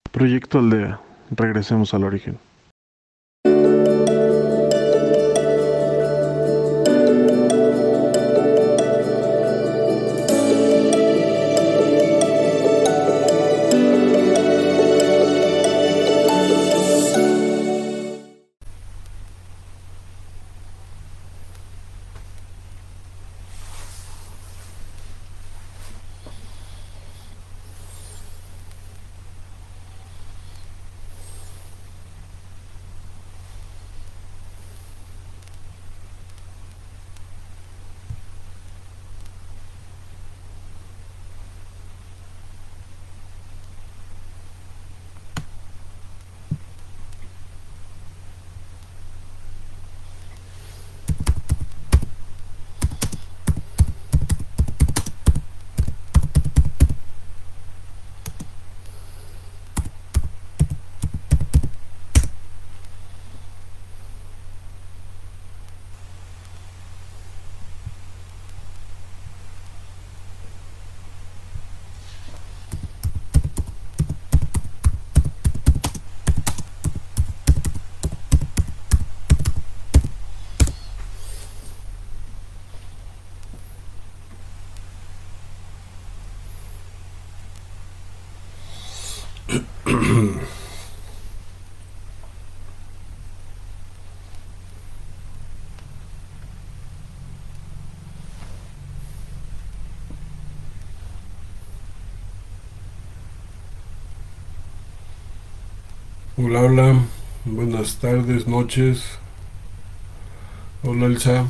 Proyecto Aldea. Regresemos al origen. Hola, hola, buenas tardes, noches. Hola, Elsa.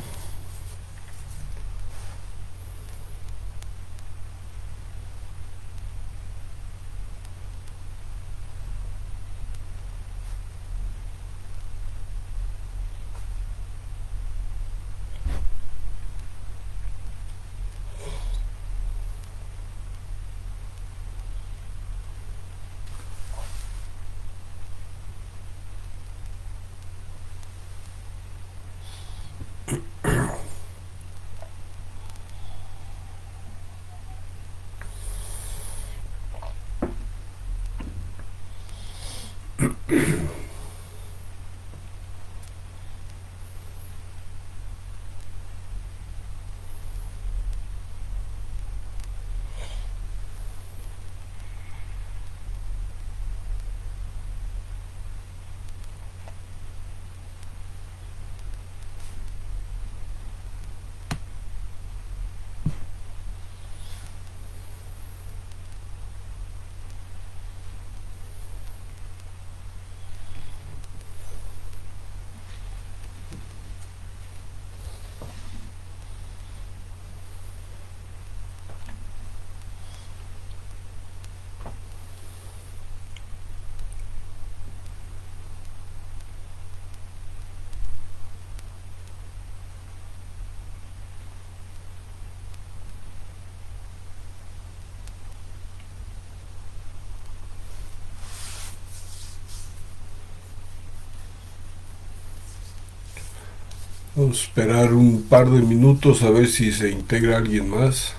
Vamos a esperar un par de minutos a ver si se integra alguien más.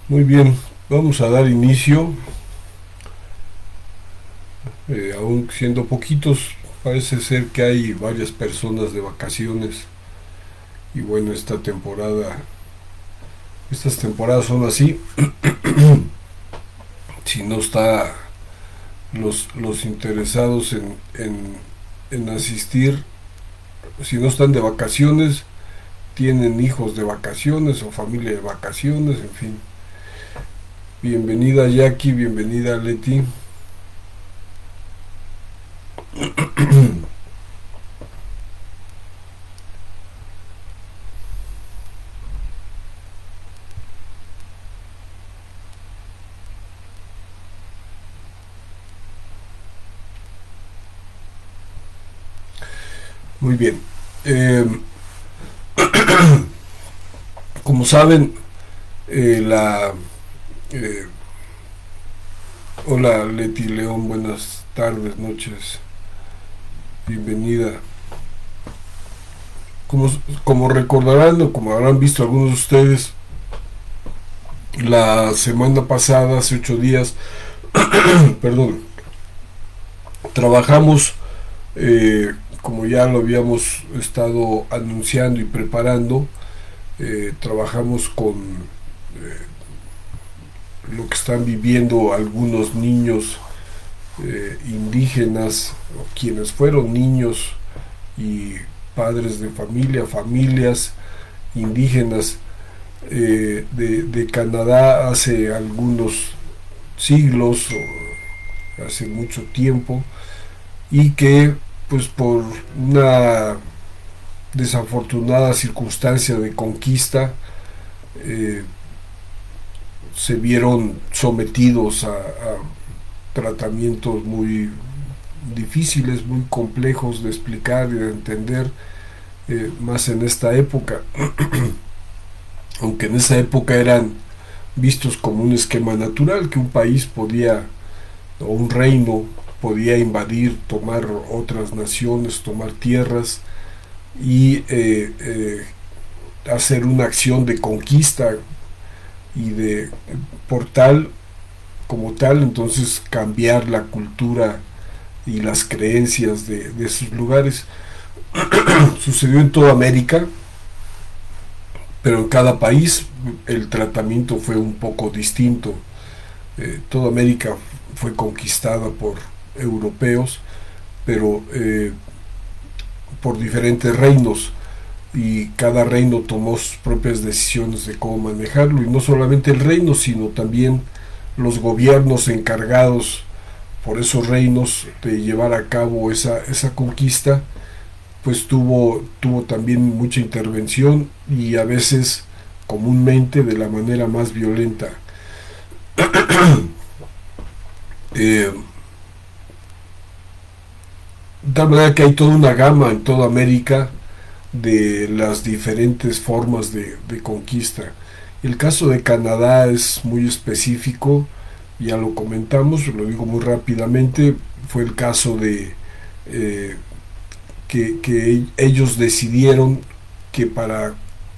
Muy bien, vamos a dar inicio, aún siendo poquitos, parece ser que hay varias personas de vacaciones y bueno, estas temporadas son así. Si no está los interesados en asistir, si no están de vacaciones, tienen hijos de vacaciones o familia de vacaciones, en fin. Bienvenida Jackie, bienvenida Leti. Muy bien. Como saben, la... eh, hola Leti León, buenas tardes, noches, bienvenida. Como recordarán o como habrán visto algunos de ustedes, la semana pasada, hace 8 días, perdón, trabajamos, como ya lo habíamos estado anunciando y preparando, trabajamos con lo que están viviendo algunos niños indígenas, o quienes fueron niños y padres de familias indígenas de Canadá hace algunos siglos o hace mucho tiempo, y que pues por una desafortunada circunstancia de conquista se vieron sometidos a tratamientos muy difíciles, muy complejos de explicar y de entender, más en esta época, aunque en esa época eran vistos como un esquema natural, que un país podía, o un reino podía invadir, tomar otras naciones, tomar tierras y hacer una acción de conquista y de como tal, entonces cambiar la cultura y las creencias de esos lugares. Sucedió en toda América, pero en cada país el tratamiento fue un poco distinto. Toda América fue conquistada por europeos, pero por diferentes reinos, y cada reino tomó sus propias decisiones de cómo manejarlo, y no solamente el reino, sino también los gobiernos encargados por esos reinos de llevar a cabo esa conquista, pues tuvo también mucha intervención, y a veces comúnmente de la manera más violenta. De tal manera que hay toda una gama en toda América de las diferentes formas de conquista. El caso de Canadá es muy específico, ya lo comentamos, lo digo muy rápidamente. Fue el caso de que ellos decidieron que para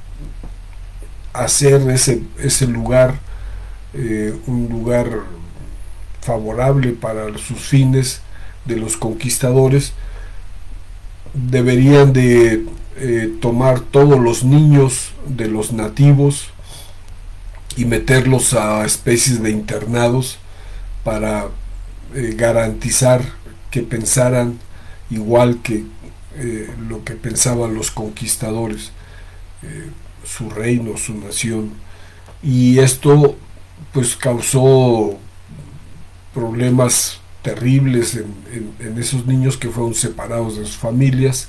hacer ese lugar un lugar favorable para sus fines de los conquistadores, deberían de tomar todos los niños de los nativos y meterlos a especies de internados para garantizar que pensaran igual que lo que pensaban los conquistadores, su reino, su nación. Y esto pues causó problemas terribles en esos niños que fueron separados de sus familias.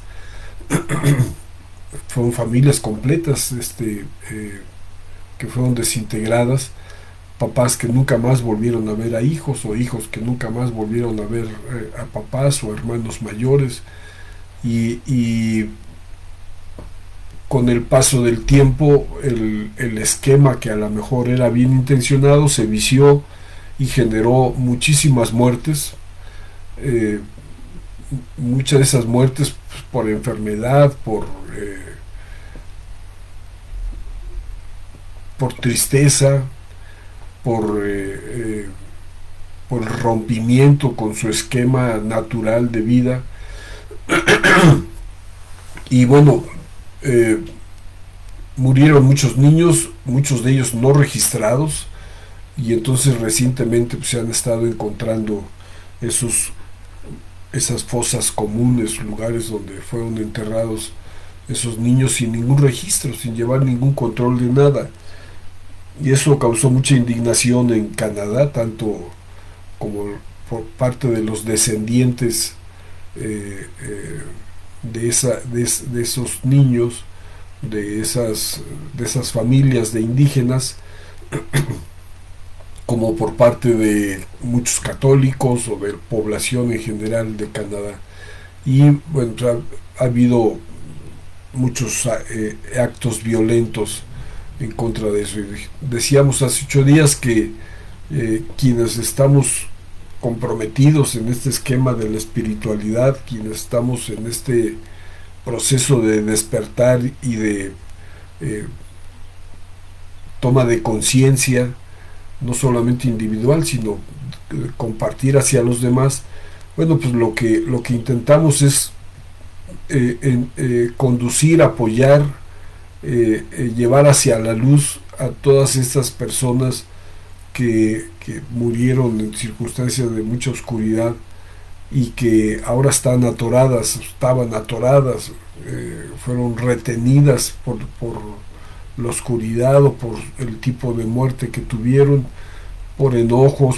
Fueron familias completas que fueron desintegradas, papás que nunca más volvieron a ver a hijos, o hijos que nunca más volvieron a ver a papás o hermanos mayores, y con el paso del tiempo el esquema, que a lo mejor era bien intencionado, se vició y generó muchísimas muertes, muchas de esas muertes por enfermedad, por tristeza, por, por el rompimiento con su esquema natural de vida. Y bueno, murieron muchos niños, muchos de ellos no registrados, y entonces recientemente pues, se han estado encontrando esas fosas comunes, lugares donde fueron enterrados esos niños sin ningún registro, sin llevar ningún control de nada. Y eso causó mucha indignación en Canadá, tanto como por parte de los descendientes de esos niños, de esas familias de indígenas, como por parte de muchos católicos o de población en general de Canadá. Y bueno, ha habido muchos actos violentos en contra de eso. Y decíamos hace 8 días que quienes estamos comprometidos en este esquema de la espiritualidad, quienes estamos en este proceso de despertar y de toma de conciencia, no solamente individual, sino compartir hacia los demás, bueno, pues lo que intentamos es conducir, apoyar, llevar hacia la luz a todas estas personas que murieron en circunstancias de mucha oscuridad y que ahora estaban atoradas, fueron retenidas por la oscuridad o por el tipo de muerte que tuvieron, por enojos,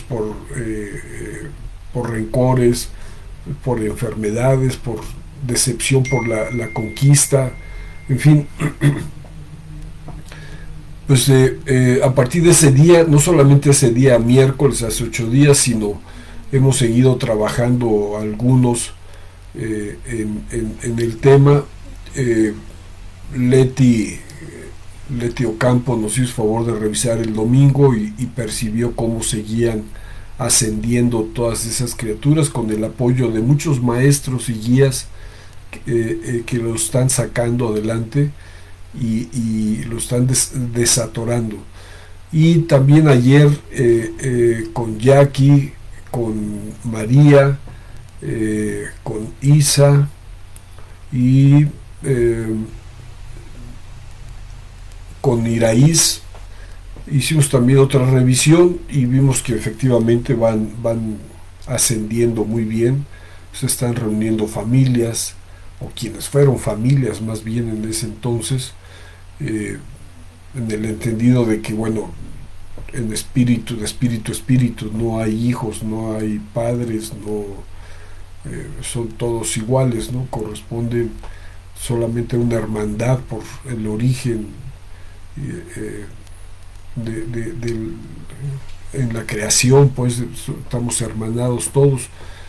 por rencores, por enfermedades, por decepción por la conquista, en fin. Pues a partir de ese día, no solamente ese día miércoles, hace 8 días, sino hemos seguido trabajando algunos en el tema. Leti Ocampo nos hizo favor de revisar el domingo y percibió cómo seguían ascendiendo todas esas criaturas con el apoyo de muchos maestros y guías que lo están sacando adelante y lo están desatorando. Y también ayer con Jackie, con María, con Isa y con Iraíz, hicimos también otra revisión y vimos que efectivamente van ascendiendo muy bien. Se están reuniendo familias, o quienes fueron familias más bien en ese entonces, en el entendido de que, bueno, en espíritu, de espíritu a espíritu, no hay hijos, no hay padres, no son todos iguales, ¿no? Corresponden solamente a una hermandad por el origen en la creación, pues estamos hermanados todos.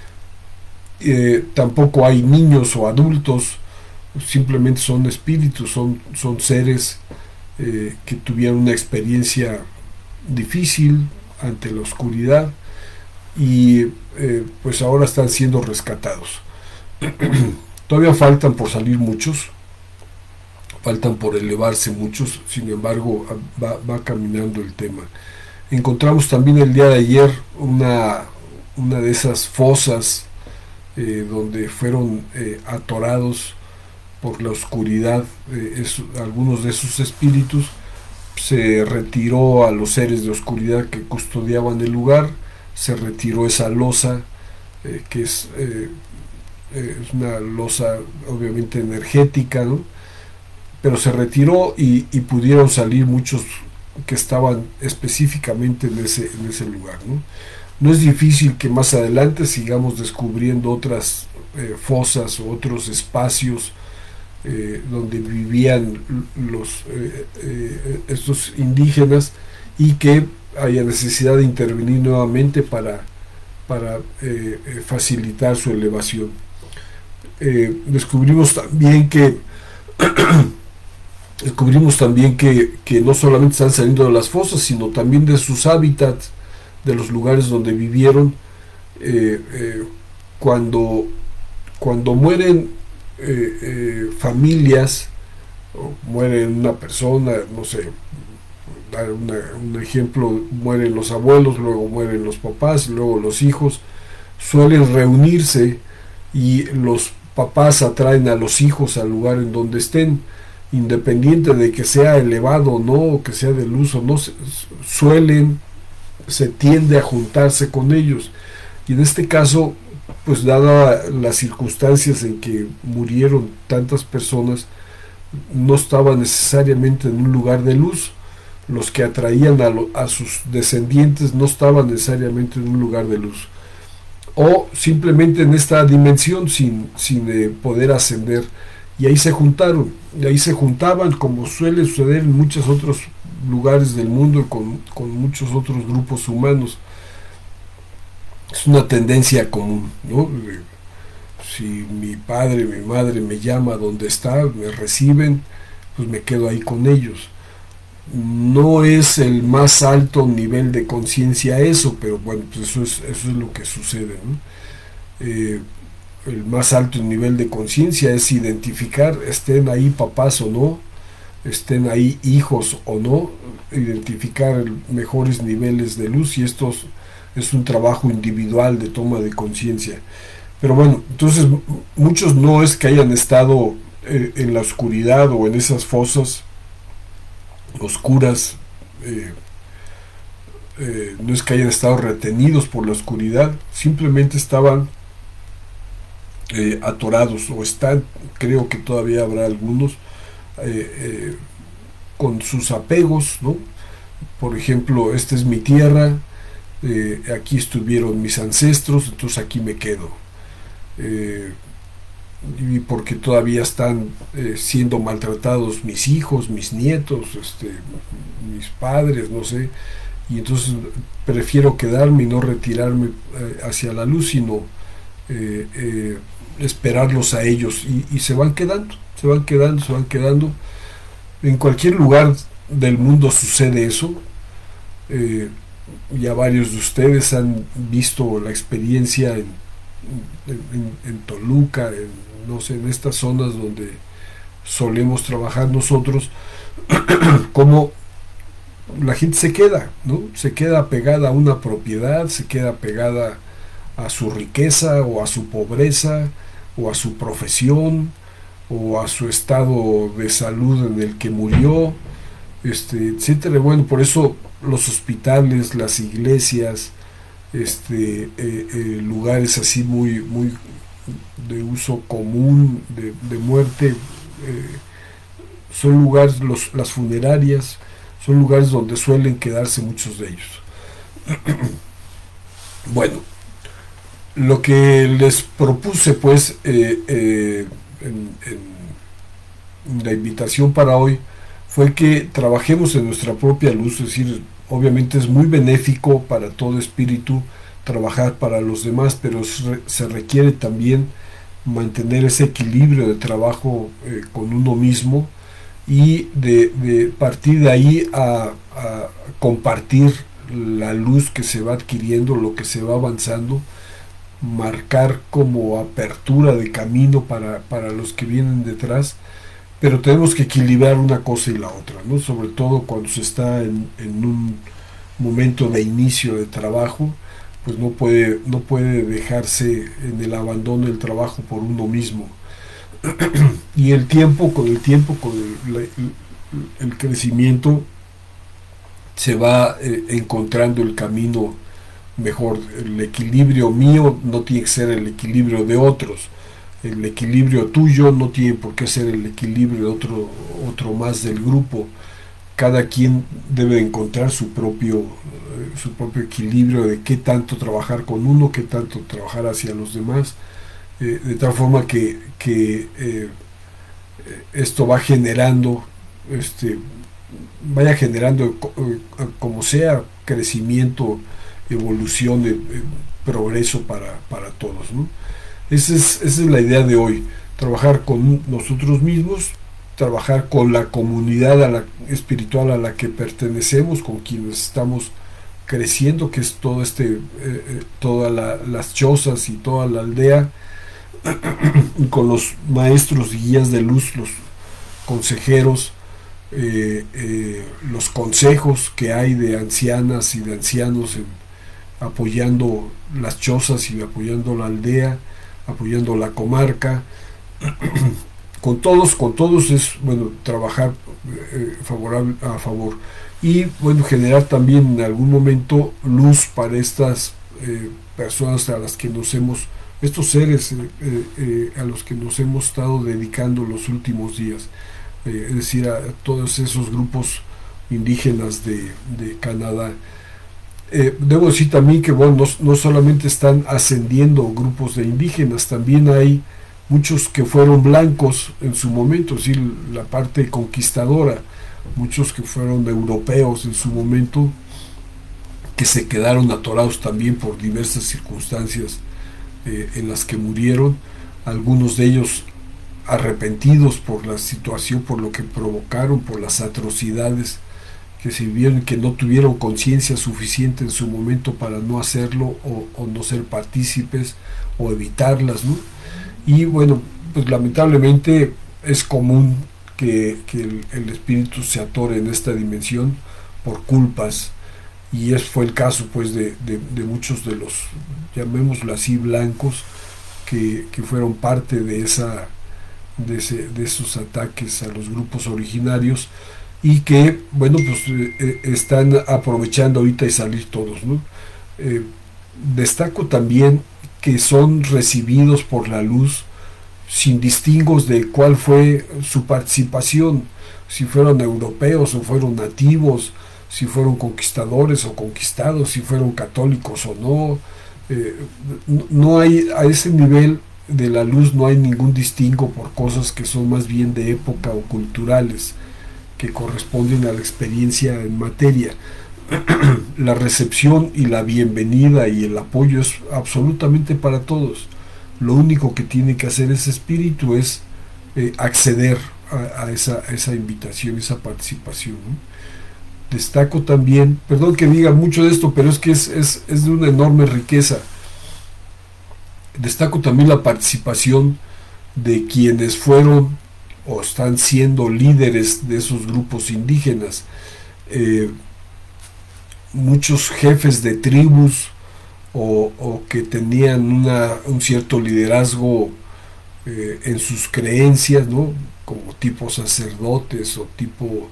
Tampoco hay niños o adultos, simplemente son espíritus, son seres que tuvieron una experiencia difícil ante la oscuridad y pues ahora están siendo rescatados. Todavía faltan por salir muchos, faltan por elevarse muchos, sin embargo va caminando el tema. Encontramos también el día de ayer una de esas fosas donde fueron atorados por la oscuridad. Algunos de esos espíritus. Se retiró a los seres de oscuridad que custodiaban el lugar, se retiró esa losa, que es una losa obviamente energética, ¿no? Pero se retiró y pudieron salir muchos que estaban específicamente en ese lugar, ¿no? No es difícil que más adelante sigamos descubriendo otras fosas o otros espacios donde vivían estos indígenas y que haya necesidad de intervenir nuevamente para facilitar su elevación. Descubrimos también que no solamente están saliendo de las fosas, sino también de sus hábitats, de los lugares donde vivieron. Cuando mueren familias, o muere una persona, no sé, un ejemplo, mueren los abuelos, luego mueren los papás, luego los hijos, suelen reunirse y los papás atraen a los hijos al lugar en donde estén, independiente de que sea elevado o no, o que sea de luz o no, se tiende a juntarse con ellos. Y en este caso, pues dadas las circunstancias en que murieron tantas personas, no estaban necesariamente en un lugar de luz. Los que atraían a sus descendientes no estaban necesariamente en un lugar de luz, o simplemente en esta dimensión sin poder ascender, y ahí se juntaron, y ahí se juntaban, como suele suceder en muchos otros lugares del mundo y con muchos otros grupos humanos. Es una tendencia común, ¿no? Si mi padre, mi madre me llama donde está, me reciben, pues me quedo ahí con ellos. No es el más alto nivel de conciencia eso, pero bueno, pues eso es lo que sucede, ¿no? El más alto nivel de conciencia es identificar, estén ahí papás o no, estén ahí hijos o no, identificar mejores niveles de luz, y esto es un trabajo individual de toma de conciencia. Pero bueno, entonces muchos no es que hayan estado en la oscuridad o en esas fosas oscuras, no es que hayan estado retenidos por la oscuridad, simplemente estaban atorados, o están, creo que todavía habrá algunos, con sus apegos, ¿no? Por ejemplo, esta es mi tierra, aquí estuvieron mis ancestros, entonces aquí me quedo. Y porque todavía están siendo maltratados mis hijos, mis nietos, mis padres, no sé, y entonces prefiero quedarme y no retirarme hacia la luz, sino esperarlos a ellos, y se van quedando, se van quedando, se van quedando. En cualquier lugar del mundo sucede eso. Ya varios de ustedes han visto la experiencia en Toluca, no sé, en estas zonas donde solemos trabajar nosotros, como la gente se queda, ¿no? Se queda pegada a una propiedad, se queda pegada a su riqueza o a su pobreza o a su profesión o a su estado de salud en el que murió, etcétera. Bueno, por eso los hospitales, las iglesias, lugares así muy de uso común de muerte, son lugares, las funerarias son lugares donde suelen quedarse muchos de ellos. Bueno, lo que les propuse pues en la invitación para hoy fue que trabajemos en nuestra propia luz, es decir, obviamente es muy benéfico para todo espíritu trabajar para los demás, pero se requiere también mantener ese equilibrio de trabajo con uno mismo, y de partir de ahí a compartir la luz que se va adquiriendo, lo que se va avanzando, marcar como apertura de camino para los que vienen detrás. Pero tenemos que equilibrar una cosa y la otra, ¿no? Sobre todo cuando se está en un momento de inicio de trabajo, pues no puede dejarse en el abandono del trabajo por uno mismo. Y con el tiempo, con el crecimiento, se va encontrando el camino mejor. El equilibrio mío no tiene que ser el equilibrio de otros. El equilibrio tuyo no tiene por qué ser el equilibrio de otro más del grupo. Cada quien debe encontrar su propio equilibrio de qué tanto trabajar con uno, qué tanto trabajar hacia los demás, de tal forma que esto va generando, vaya generando como sea crecimiento, evolución, progreso para todos, ¿no? Esa es la idea de hoy, trabajar con nosotros mismos, trabajar con la comunidad espiritual a la que pertenecemos, con quienes estamos creciendo, que es todas las chozas y toda la aldea, con los maestros y guías de luz, los consejeros, los consejos que hay de ancianas y de ancianos apoyando las chozas y apoyando la aldea, apoyando la comarca. Con todos es bueno trabajar favorable a favor y bueno generar también en algún momento luz para estas personas a las que nos hemos, estos seres a los que nos hemos estado dedicando los últimos días, es decir, a todos esos grupos indígenas de Canadá. Debo decir también que bueno, no solamente están ascendiendo grupos de indígenas, también hay muchos que fueron blancos en su momento, es decir, la parte conquistadora, muchos que fueron europeos en su momento, que se quedaron atorados también por diversas circunstancias en las que murieron, algunos de ellos arrepentidos por la situación, por lo que provocaron, por las atrocidades que se vivieron, que no tuvieron conciencia suficiente en su momento para no hacerlo o no ser partícipes o evitarlas, ¿no? Y bueno, pues lamentablemente es común que el espíritu se atore en esta dimensión por culpas, y fue el caso pues de muchos de los, llamémoslo así, blancos que fueron parte de esos ataques a los grupos originarios, y que bueno pues están aprovechando ahorita y salir todos, ¿no? Destaco también que son recibidos por la luz sin distingos de cuál fue su participación, si fueron europeos o fueron nativos, si fueron conquistadores o conquistados, si fueron católicos o no. No hay, a ese nivel de la luz no hay ningún distingo por cosas que son más bien de época o culturales, que corresponden a la experiencia en materia. La recepción y la bienvenida y el apoyo es absolutamente para todos. Lo único que tiene que hacer ese espíritu es acceder a esa invitación, esa participación, ¿no? Destaco también, perdón que diga mucho de esto, pero es que es de una enorme riqueza. Destaco también la participación de quienes fueron o están siendo líderes de esos grupos indígenas. Muchos jefes de tribus o que tenían un cierto liderazgo en sus creencias, ¿no? Como tipo sacerdotes o tipo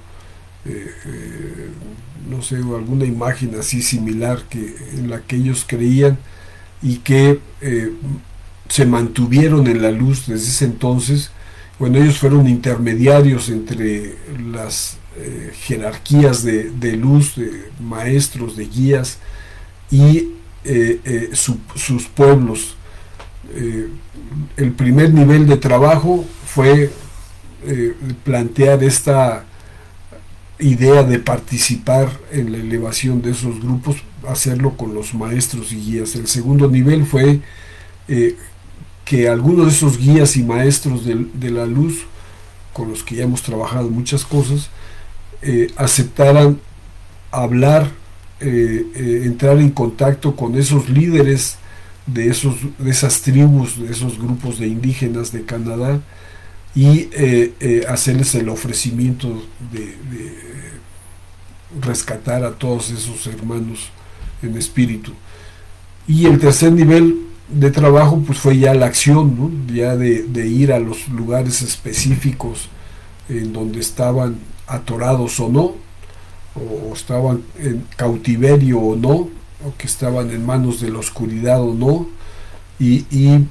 no sé, alguna imagen así similar en la que ellos creían, y que se mantuvieron en la luz desde ese entonces. Bueno, ellos fueron intermediarios entre las jerarquías de luz, de maestros, de guías, y sus pueblos. El primer nivel de trabajo fue plantear esta idea de participar en la elevación de esos grupos, hacerlo con los maestros y guías. El segundo nivel fue que algunos de esos guías y maestros de la luz, con los que ya hemos trabajado muchas cosas, aceptaran hablar, entrar en contacto con esos líderes de esas tribus, de esos grupos de indígenas de Canadá, y hacerles el ofrecimiento de rescatar a todos esos hermanos en espíritu. Y el tercer nivel de trabajo pues fue ya la acción, ¿no? Ya de ir a los lugares específicos en donde estaban atorados o no, o estaban en cautiverio o no, o que estaban en manos de la oscuridad o no, y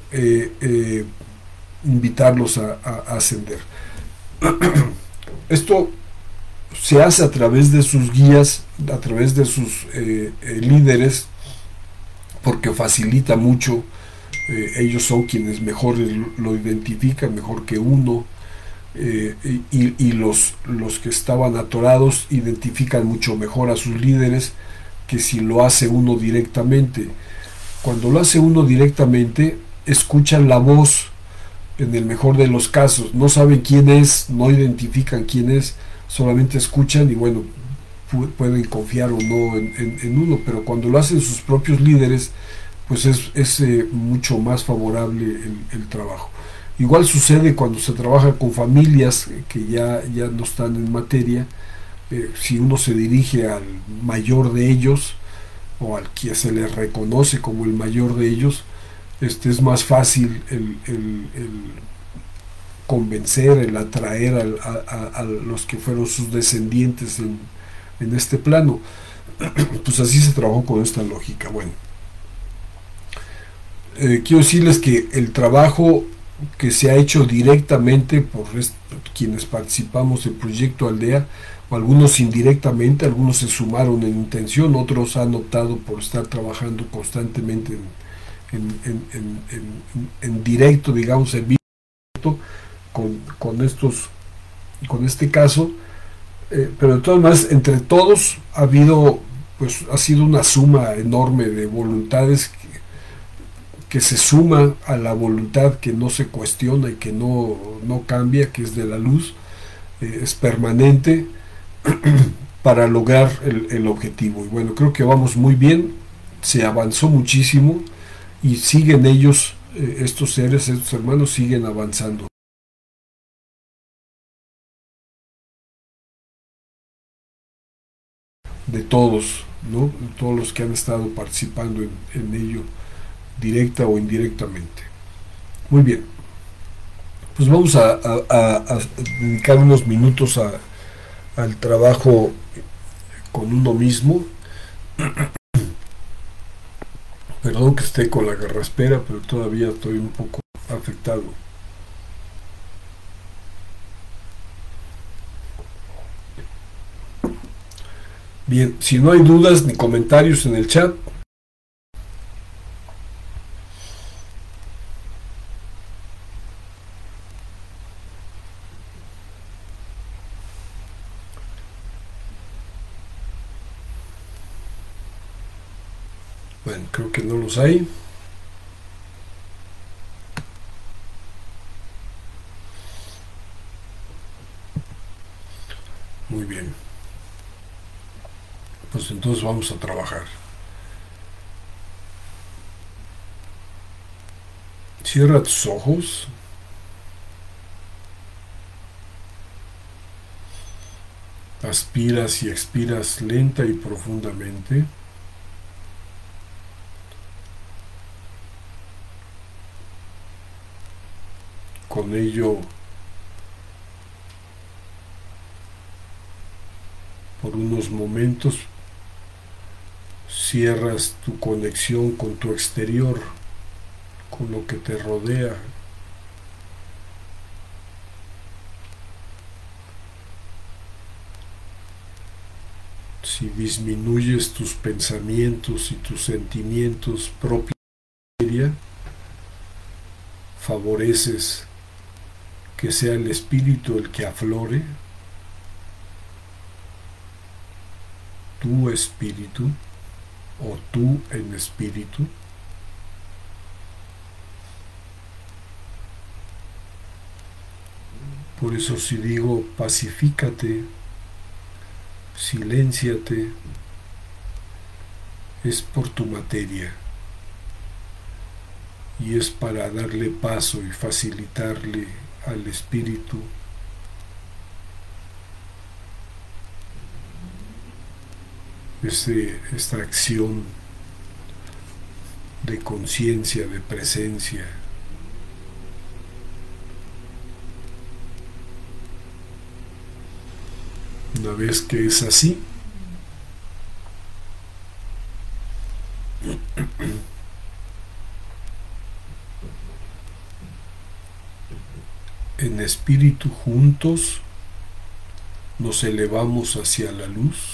invitarlos a ascender. Esto se hace a través de sus guías, a través de sus líderes, porque facilita mucho. Ellos son quienes mejor lo identifican, mejor que uno, y los que estaban atorados identifican mucho mejor a sus líderes que si lo hace uno directamente. Cuando lo hace uno directamente, escuchan la voz, en el mejor de los casos, no saben quién es, no identifican quién es, solamente escuchan y bueno, pueden confiar o no en uno, pero cuando lo hacen sus propios líderes, pues es mucho más favorable el trabajo. Igual sucede cuando se trabaja con familias que ya no están en materia. Si uno se dirige al mayor de ellos o al que se les reconoce como el mayor de ellos, es más fácil el convencer, el atraer a los que fueron sus descendientes en este plano. Pues así se trabajó con esta lógica. Bueno, quiero decirles que el trabajo que se ha hecho directamente por quienes participamos del proyecto Aldea, o algunos indirectamente, algunos se sumaron en intención, otros han optado por estar trabajando constantemente en directo, digamos, en vivo, con este caso, pero de todas maneras, entre todos ha sido una suma enorme de voluntades que se suma a la voluntad que no se cuestiona y que no cambia, que es de la luz, es permanente para lograr el objetivo. Y bueno, creo que vamos muy bien, se avanzó muchísimo y siguen ellos, estos seres, estos hermanos siguen avanzando. De todos, ¿no? De todos los que han estado participando en ello, directa o indirectamente. Muy bien, pues vamos a dedicar unos minutos al trabajo con uno mismo. Perdón que esté con la garraspera, pero todavía estoy un poco afectado. Bien, si no hay dudas ni comentarios en el chat, bueno, creo que no los hay. Muy bien. Pues entonces vamos a trabajar. Cierra tus ojos. Aspiras y expiras lenta y profundamente. Con ello, por unos momentos, cierras tu conexión con tu exterior, con lo que te rodea. Si disminuyes tus pensamientos y tus sentimientos propios, favoreces que sea el espíritu el que aflore, tu espíritu o tú en espíritu. Por eso si digo pacifícate, silénciate, es por tu materia y es para darle paso y facilitarle al espíritu esta acción de conciencia, de presencia. Una vez que es así, en espíritu juntos nos elevamos hacia la luz.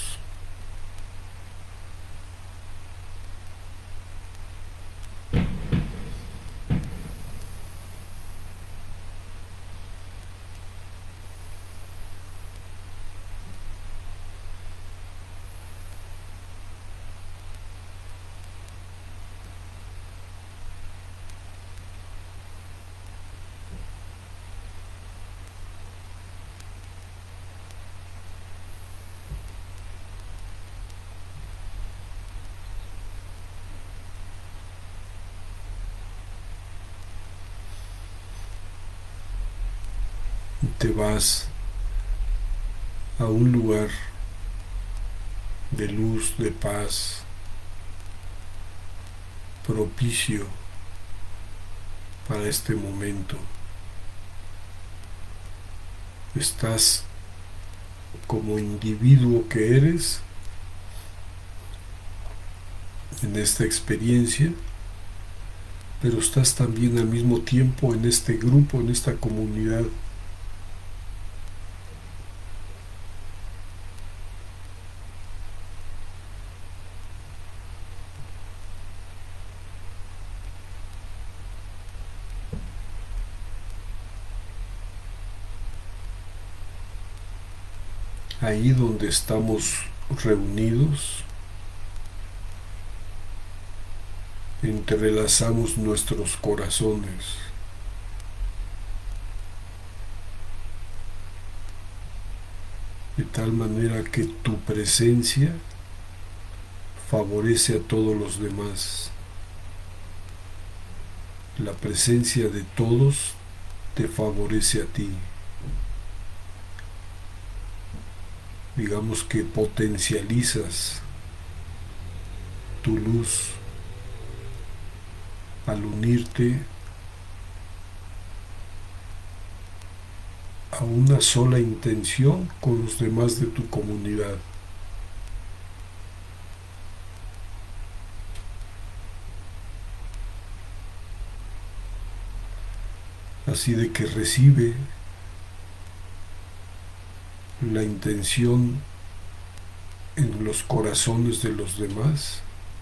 te vas a un lugar de luz, de paz, propicio para este momento. Estás como individuo que eres en esta experiencia, pero estás también al mismo tiempo en este grupo, en esta comunidad. Ahí donde estamos reunidos, entrelazamos nuestros corazones. De tal manera que tu presencia favorece a todos los demás. La presencia de todos te favorece a ti. Digamos que potencializas tu luz al unirte a una sola intención con los demás de tu comunidad. Así de que recibe la intención en los corazones de los demás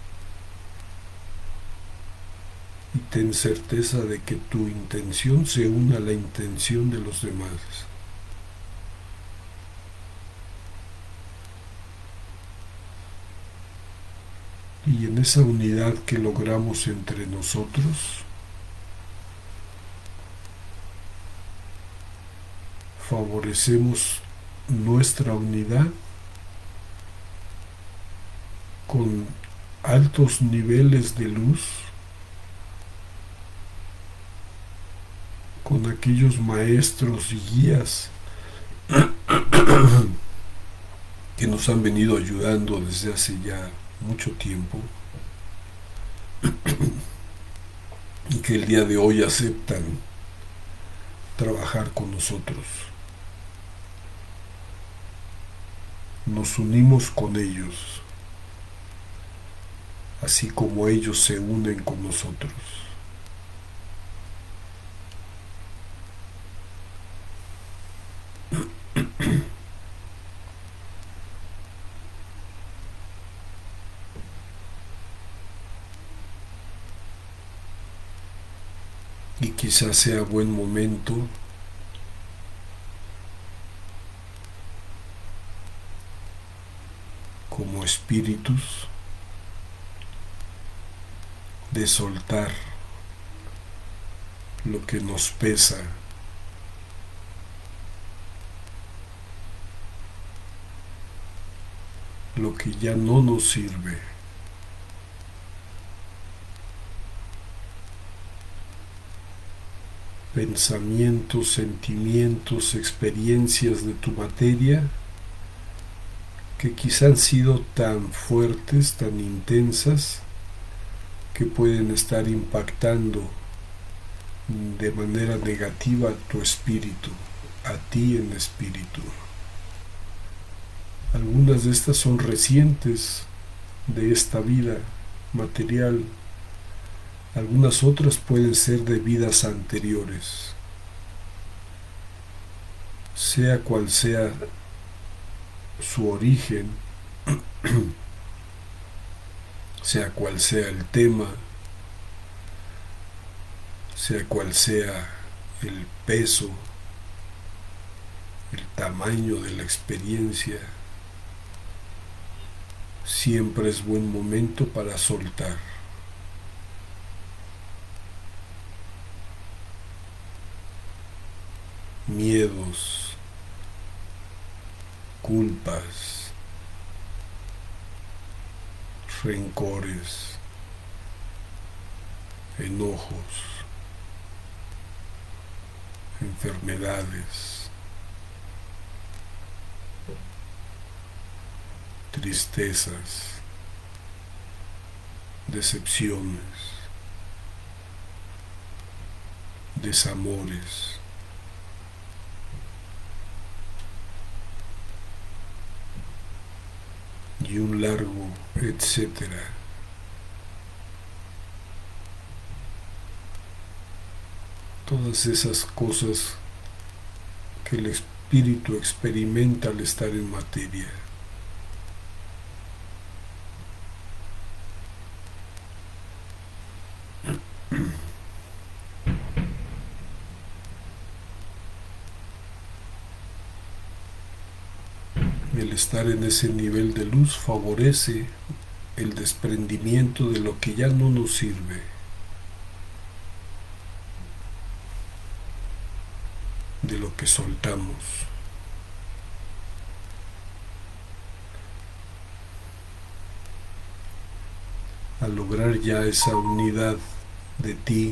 y ten certeza de que tu intención se une a la intención de los demás. Y en esa unidad que logramos entre nosotros, favorecemos nuestra unidad con altos niveles de luz, con aquellos maestros y guías que nos han venido ayudando desde hace ya mucho tiempo y que el día de hoy aceptan trabajar con nosotros. Nos unimos con ellos, así como ellos se unen con nosotros. Y quizás sea buen momento como espíritus de soltar lo que nos pesa, lo que ya no nos sirve. Pensamientos, sentimientos, experiencias de tu materia que quizá han sido tan fuertes, tan intensas, que pueden estar impactando de manera negativa a tu espíritu, a ti en espíritu. Algunas de estas son recientes de esta vida material. Algunas otras pueden ser de vidas anteriores. Sea cual sea su origen, sea cual sea el tema, sea cual sea el peso, el tamaño de la experiencia, siempre es buen momento para soltar. Miedos, culpas, rencores, enojos, enfermedades, tristezas, decepciones, desamores. Y un largo etcétera. Todas esas cosas que el espíritu experimenta al estar en materia. El estar en ese nivel de luz favorece el desprendimiento de lo que ya no nos sirve, de lo que soltamos. Al lograr ya esa unidad de ti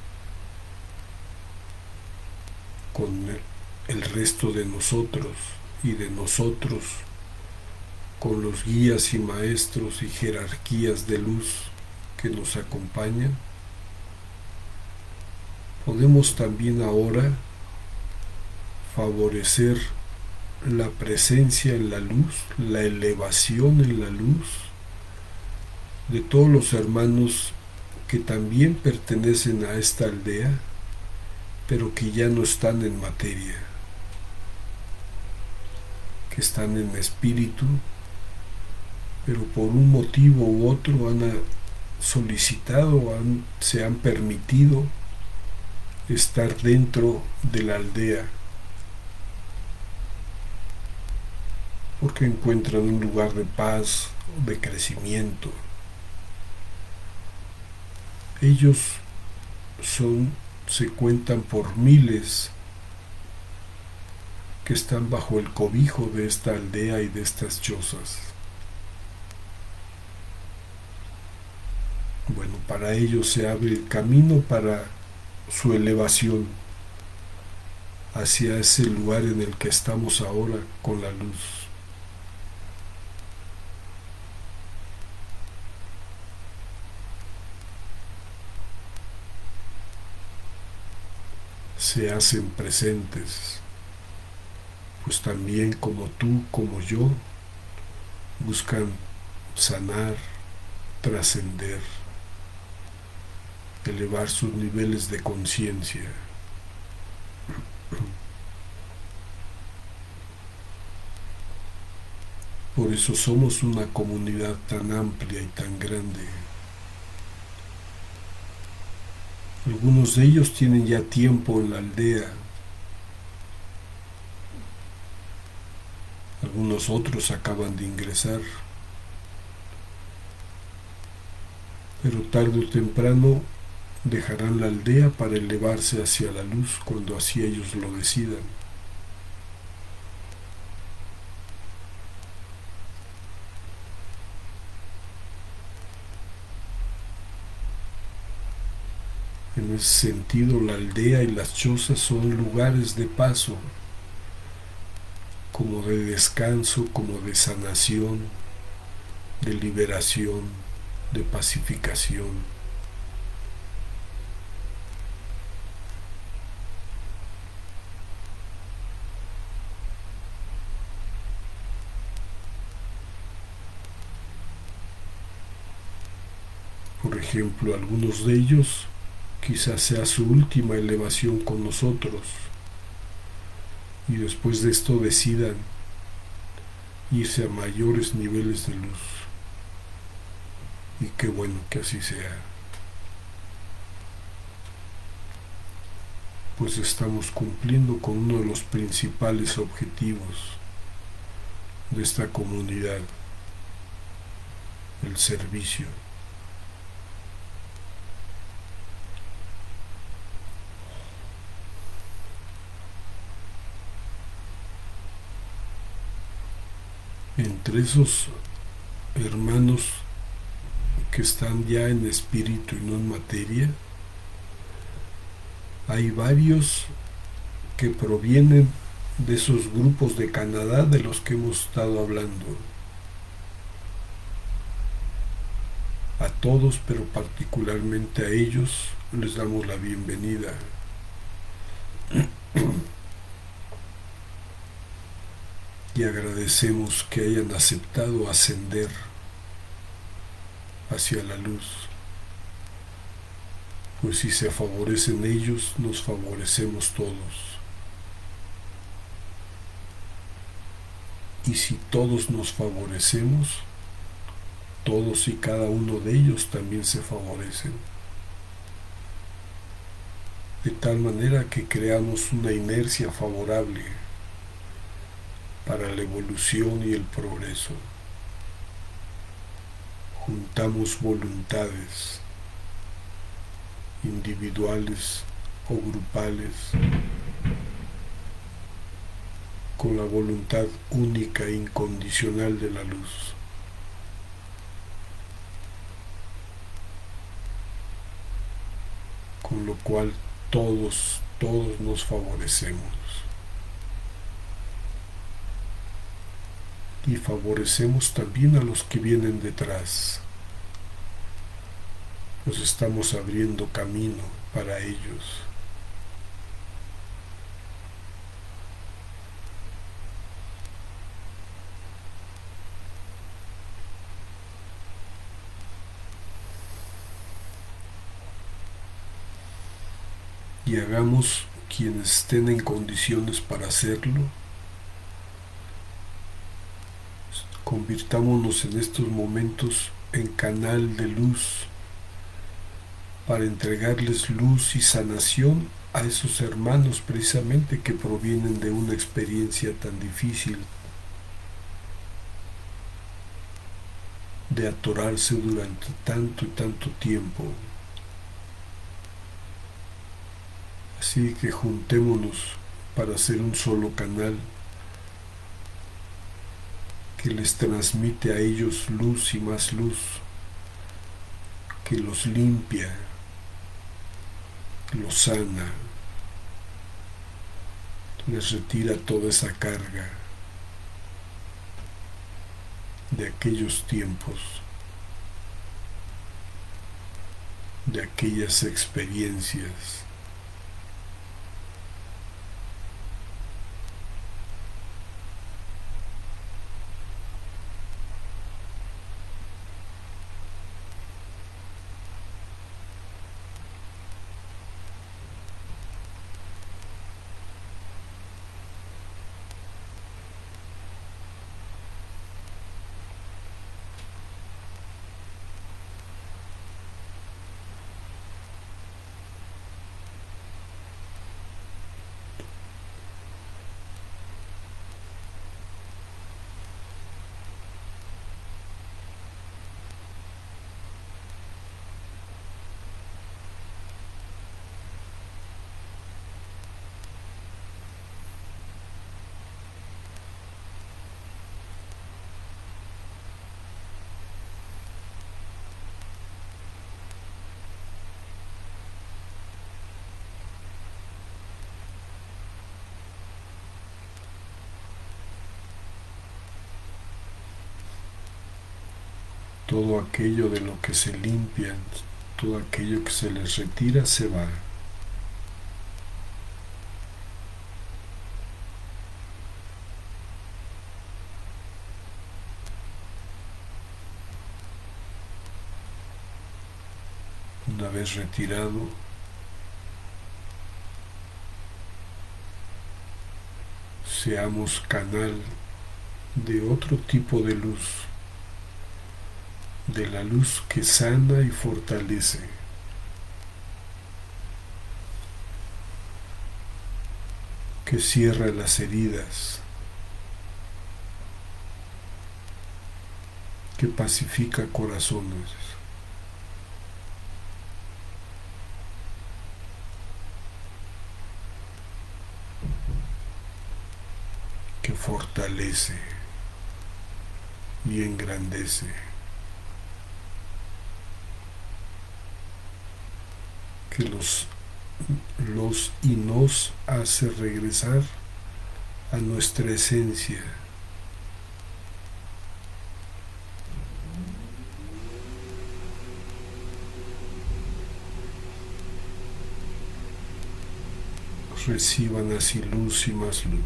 con el resto de nosotros y de nosotros con los guías y maestros y jerarquías de luz que nos acompañan, podemos también ahora favorecer la presencia en la luz, la elevación en la luz de todos los hermanos que también pertenecen a esta aldea, pero que ya no están en materia, que están en espíritu, pero por un motivo u otro han solicitado, se han permitido estar dentro de la aldea, porque encuentran un lugar de paz, de crecimiento. Ellos se cuentan por miles que están bajo el cobijo de esta aldea y de estas chozas. Bueno, para ellos se abre el camino para su elevación hacia ese lugar en el que estamos ahora con la luz. Se hacen presentes, pues también como tú, como yo, buscan sanar, trascender, elevar sus niveles de conciencia. Por eso somos una comunidad tan amplia y tan grande. Algunos de ellos tienen ya tiempo en la aldea. Algunos otros acaban de ingresar. Pero tarde o temprano dejarán la aldea para elevarse hacia la luz cuando así ellos lo decidan. En ese sentido, la aldea y las chozas son lugares de paso, como de descanso, como de sanación, de liberación, de pacificación. Por ejemplo, algunos de ellos quizás sea su última elevación con nosotros y después de esto decidan irse a mayores niveles de luz. Y qué bueno que así sea. Pues estamos cumpliendo con uno de los principales objetivos de esta comunidad, el servicio. Entre esos hermanos que están ya en espíritu y no en materia, hay varios que provienen de esos grupos de Canadá de los que hemos estado hablando. A todos, pero particularmente a ellos, les damos la bienvenida. Y agradecemos que hayan aceptado ascender hacia la luz, pues si se favorecen ellos, nos favorecemos todos. Y si todos nos favorecemos, todos y cada uno de ellos también se favorecen. De tal manera que creamos una inercia favorable para la evolución y el progreso. Juntamos voluntades individuales o grupales con la voluntad única e incondicional de la luz. Con lo cual todos nos favorecemos. Y favorecemos también a los que vienen detrás. Nos estamos abriendo camino para ellos. Y hagamos, quienes estén en condiciones para hacerlo, convirtámonos en estos momentos en canal de luz para entregarles luz y sanación a esos hermanos precisamente que provienen de una experiencia tan difícil de atorarse durante tanto y tanto tiempo. Así que juntémonos para hacer un solo canal que les transmite a ellos luz y más luz, que los limpia, los sana, les retira toda esa carga de aquellos tiempos, de aquellas experiencias. Todo aquello de lo que se limpian, todo aquello que se les retira, se va. Una vez retirado, seamos canal de otro tipo de luz, de la luz que sana y fortalece, que cierra las heridas, que pacifica corazones, que fortalece y engrandece. Que los y nos hace regresar a nuestra esencia, reciban así luz y más luz.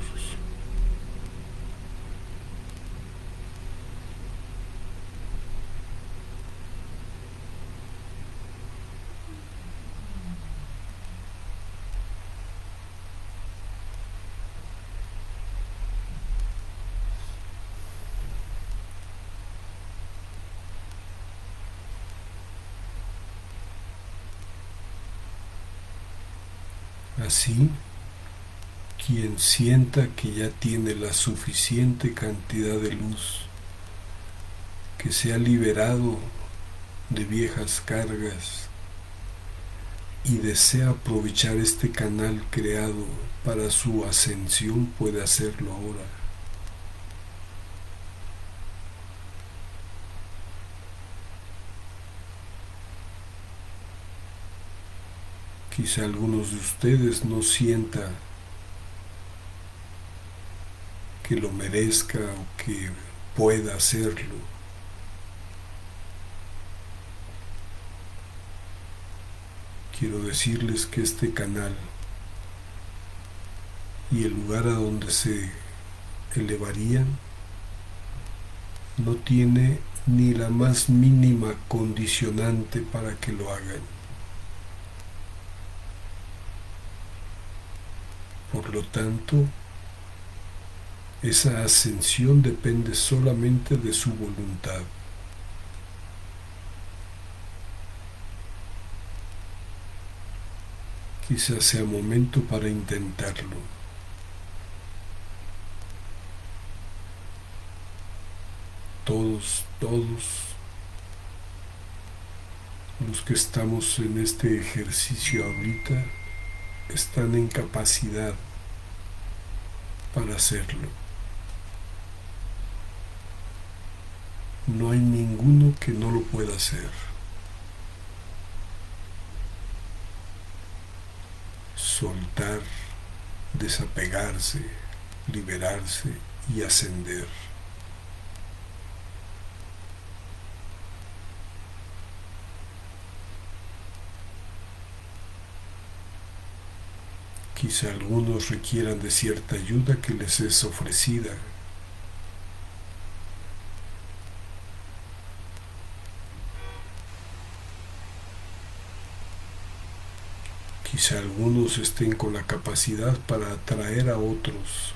Así, quien sienta que ya tiene la suficiente cantidad de luz, que se ha liberado de viejas cargas y desea aprovechar este canal creado para su ascensión, puede hacerlo ahora. Quizá algunos de ustedes no sientan que lo merezca o que pueda hacerlo. Quiero decirles que este canal y el lugar a donde se elevarían no tiene ni la más mínima condicionante para que lo hagan. Por lo tanto, esa ascensión depende solamente de su voluntad. Quizás sea momento para intentarlo. Todos los que estamos en este ejercicio ahorita están en capacidad para hacerlo. No hay ninguno que no lo pueda hacer. Soltar, desapegarse, liberarse y ascender. Quizá algunos requieran de cierta ayuda que les es ofrecida. Quizá algunos estén con la capacidad para atraer a otros.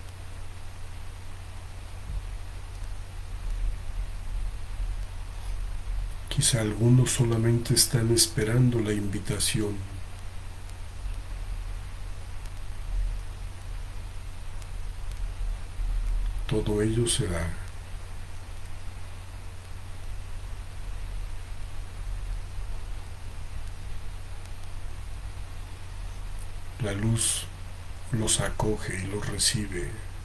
Quizá algunos solamente están esperando la invitación. Todo ello será. La luz los acoge y los recibe.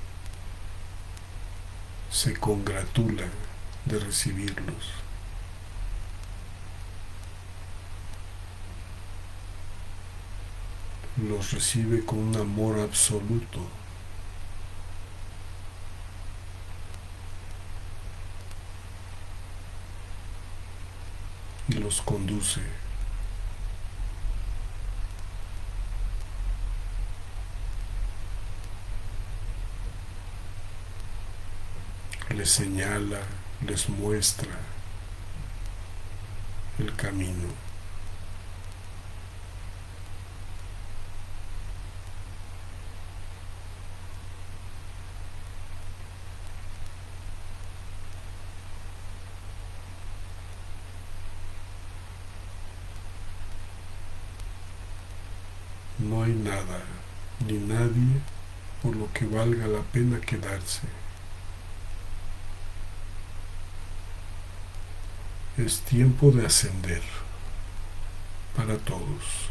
Se congratula de recibirlos. Los recibe con un amor absoluto. Y los conduce. Les señala, les muestra el camino. No hay nada ni nadie por lo que valga la pena quedarse. Es tiempo de ascender para todos.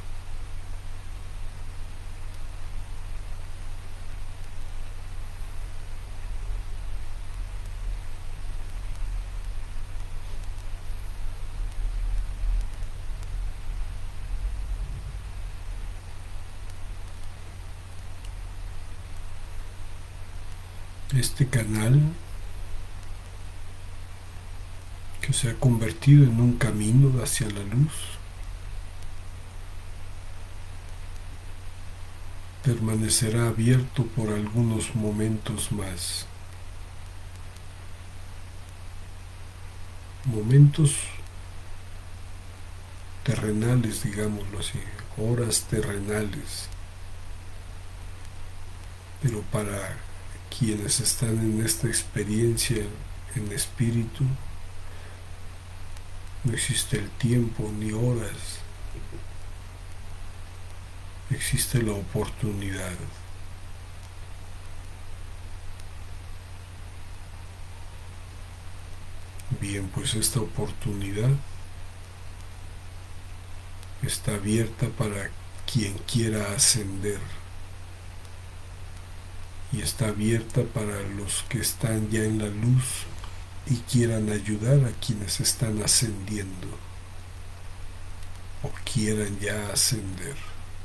Este canal que se ha convertido en un camino hacia la luz permanecerá abierto por algunos momentos más. Momentos terrenales, digámoslo así, horas terrenales, pero para quienes están en esta experiencia en espíritu, no existe el tiempo ni horas, existe la oportunidad. Bien, pues esta oportunidad está abierta para quien quiera ascender y está abierta para los que están ya en la luz y quieran ayudar a quienes están ascendiendo o quieran ya ascender.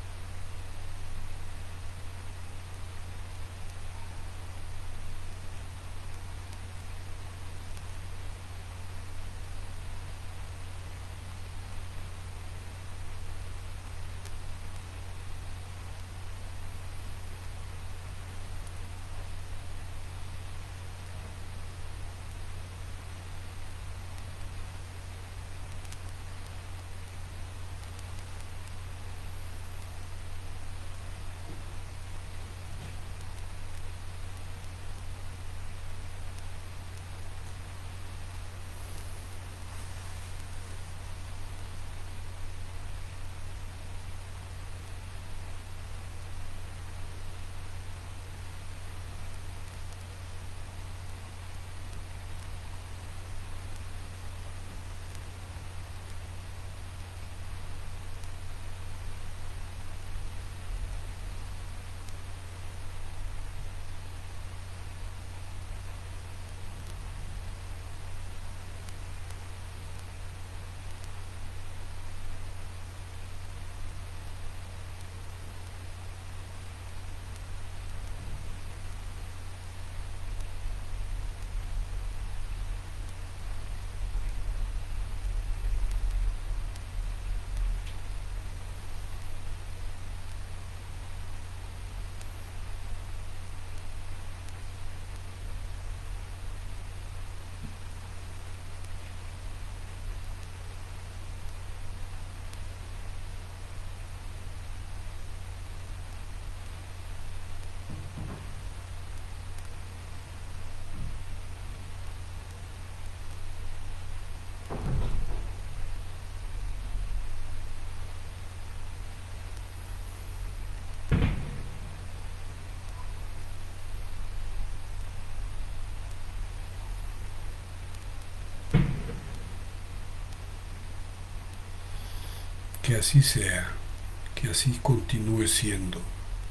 Que así sea, que así continúe siendo.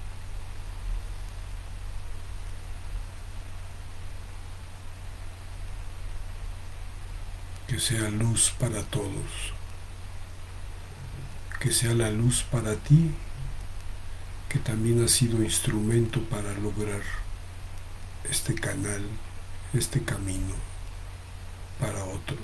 Que sea luz para todos. Que sea la luz para ti, que también ha sido instrumento para lograr este canal, este camino para otros.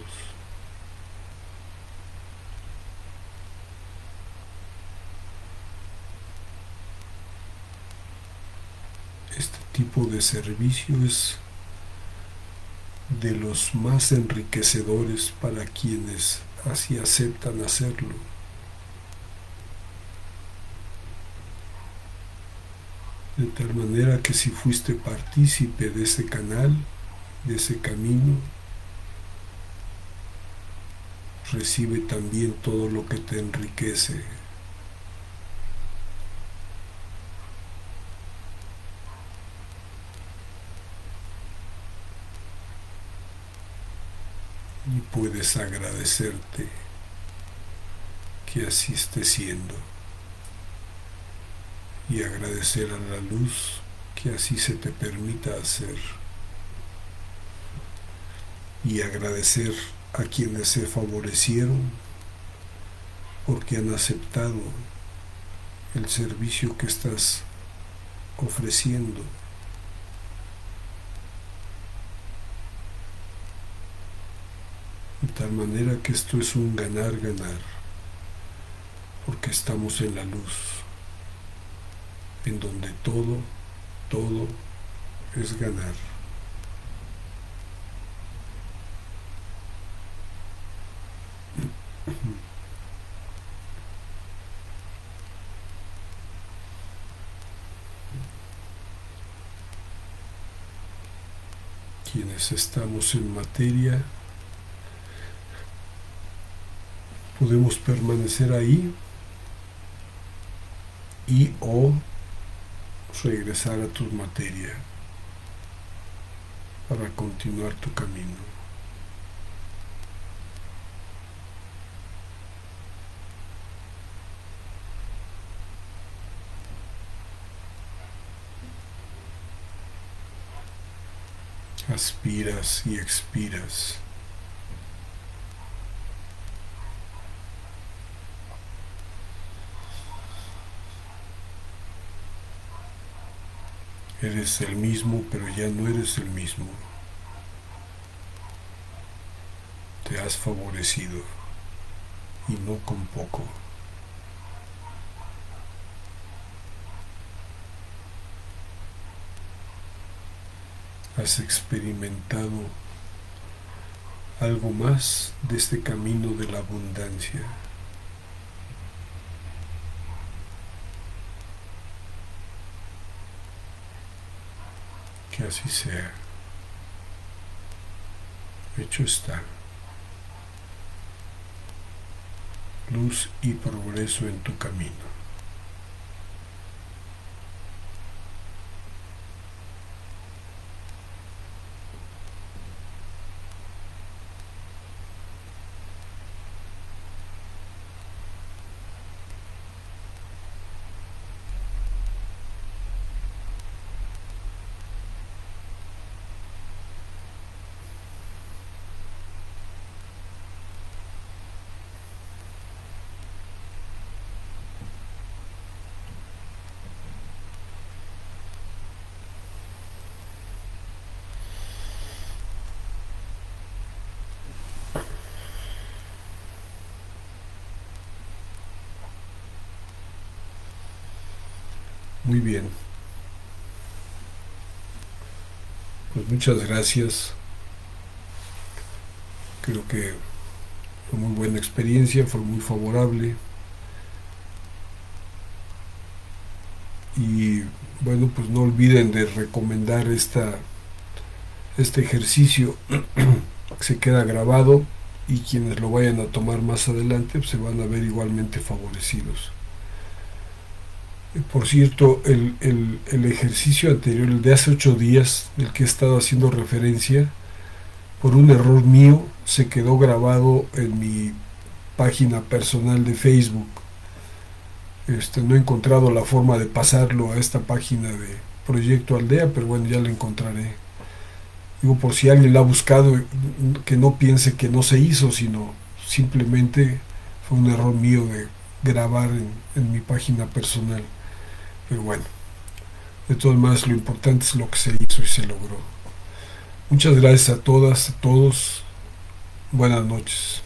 Este tipo de servicio es de los más enriquecedores para quienes así aceptan hacerlo. De tal manera que si fuiste partícipe de ese canal, de ese camino, recibe también todo lo que te enriquece. Y puedes agradecerte que así esté siendo. Y agradecer a la luz que así se te permita hacer. Y agradecer a quienes se favorecieron porque han aceptado el servicio que estás ofreciendo. De tal manera que esto es un ganar-ganar, porque estamos en la luz. en donde todo es ganar. Quienes estamos en materia podemos permanecer ahí y o regresar a tu materia para continuar tu camino. Aspiras y expiras. Eres el mismo, pero ya no eres el mismo. Te has favorecido, y no con poco. Has experimentado algo más de este camino de la abundancia. Que así sea. Hecho está. Luz y progreso en tu camino. Muy bien. Pues muchas gracias. Creo que fue muy buena experiencia, fue muy favorable. Y bueno, pues no olviden de recomendar este ejercicio. Se queda grabado y quienes lo vayan a tomar más adelante pues se van a ver igualmente favorecidos. Por cierto, el ejercicio anterior, el de hace 8 días, del que he estado haciendo referencia, por un error mío, se quedó grabado en mi página personal de Facebook. No he encontrado la forma de pasarlo a esta página de Proyecto Aldea, pero bueno, ya la encontraré. Digo, por si alguien la ha buscado, que no piense que no se hizo, sino simplemente fue un error mío de grabar en mi página personal. Pero bueno, de todas maneras lo importante es lo que se hizo y se logró. Muchas gracias a todas, a todos. Buenas noches.